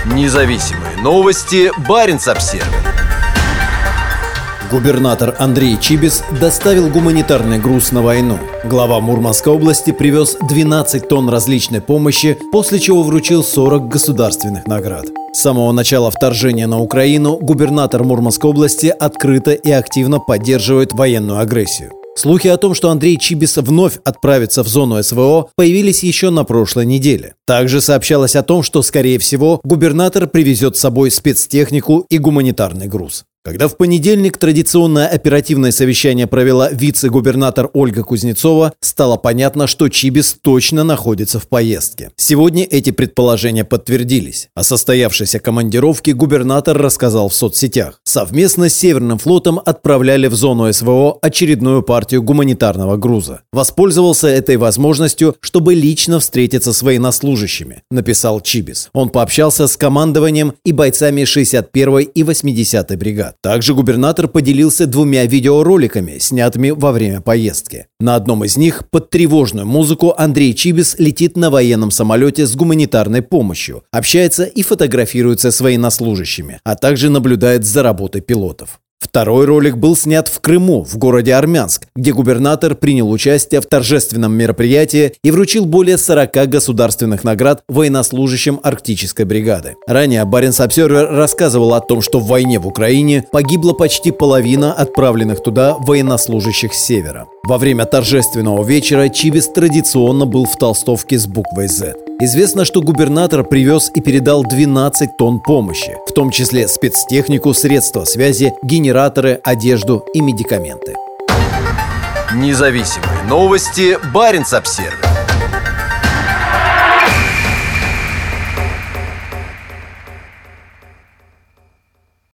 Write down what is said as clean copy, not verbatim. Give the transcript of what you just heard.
Независимые новости. Баренц-Обсервис. Губернатор Андрей Чибис доставил гуманитарный груз на войну. Глава Мурманской области привез 12 тонн различной помощи, после чего вручил 40 государственных наград. С самого начала вторжения на Украину губернатор Мурманской области открыто и активно поддерживает военную агрессию. Слухи о том, что Андрей Чибис вновь отправится в зону СВО, появились еще на прошлой неделе. Также сообщалось о том, что, скорее всего, губернатор привезет с собой спецтехнику и гуманитарный груз. Когда в понедельник традиционное оперативное совещание провела вице-губернатор Ольга Кузнецова, стало понятно, что Чибис точно находится в поездке. Сегодня эти предположения подтвердились. О состоявшейся командировке губернатор рассказал в соцсетях. Совместно с Северным флотом отправляли в зону СВО очередную партию гуманитарного груза. Воспользовался этой возможностью, чтобы лично встретиться с военнослужащими, написал Чибис. Он пообщался с командованием и бойцами 61-й и 80-й бригад. Также губернатор поделился 2 видеороликами, снятыми во время поездки. На одном из них под тревожную музыку Андрей Чибис летит на военном самолете с гуманитарной помощью, общается и фотографируется с военнослужащими, а также наблюдает за работой пилотов. Второй ролик был снят в Крыму, в городе Армянск, где губернатор принял участие в торжественном мероприятии и вручил более 40 государственных наград военнослужащим Арктической бригады. Ранее Баренц-Обсервис рассказывал о том, что в войне в Украине погибла почти половина отправленных туда военнослужащих с севера. Во время торжественного вечера Чибис традиционно был в толстовке с буквой «З». Известно, что губернатор привез и передал 12 тонн помощи, в том числе спецтехнику, средства связи, генераторы, одежду и медикаменты. Независимые новости. Баренц-Обсервис.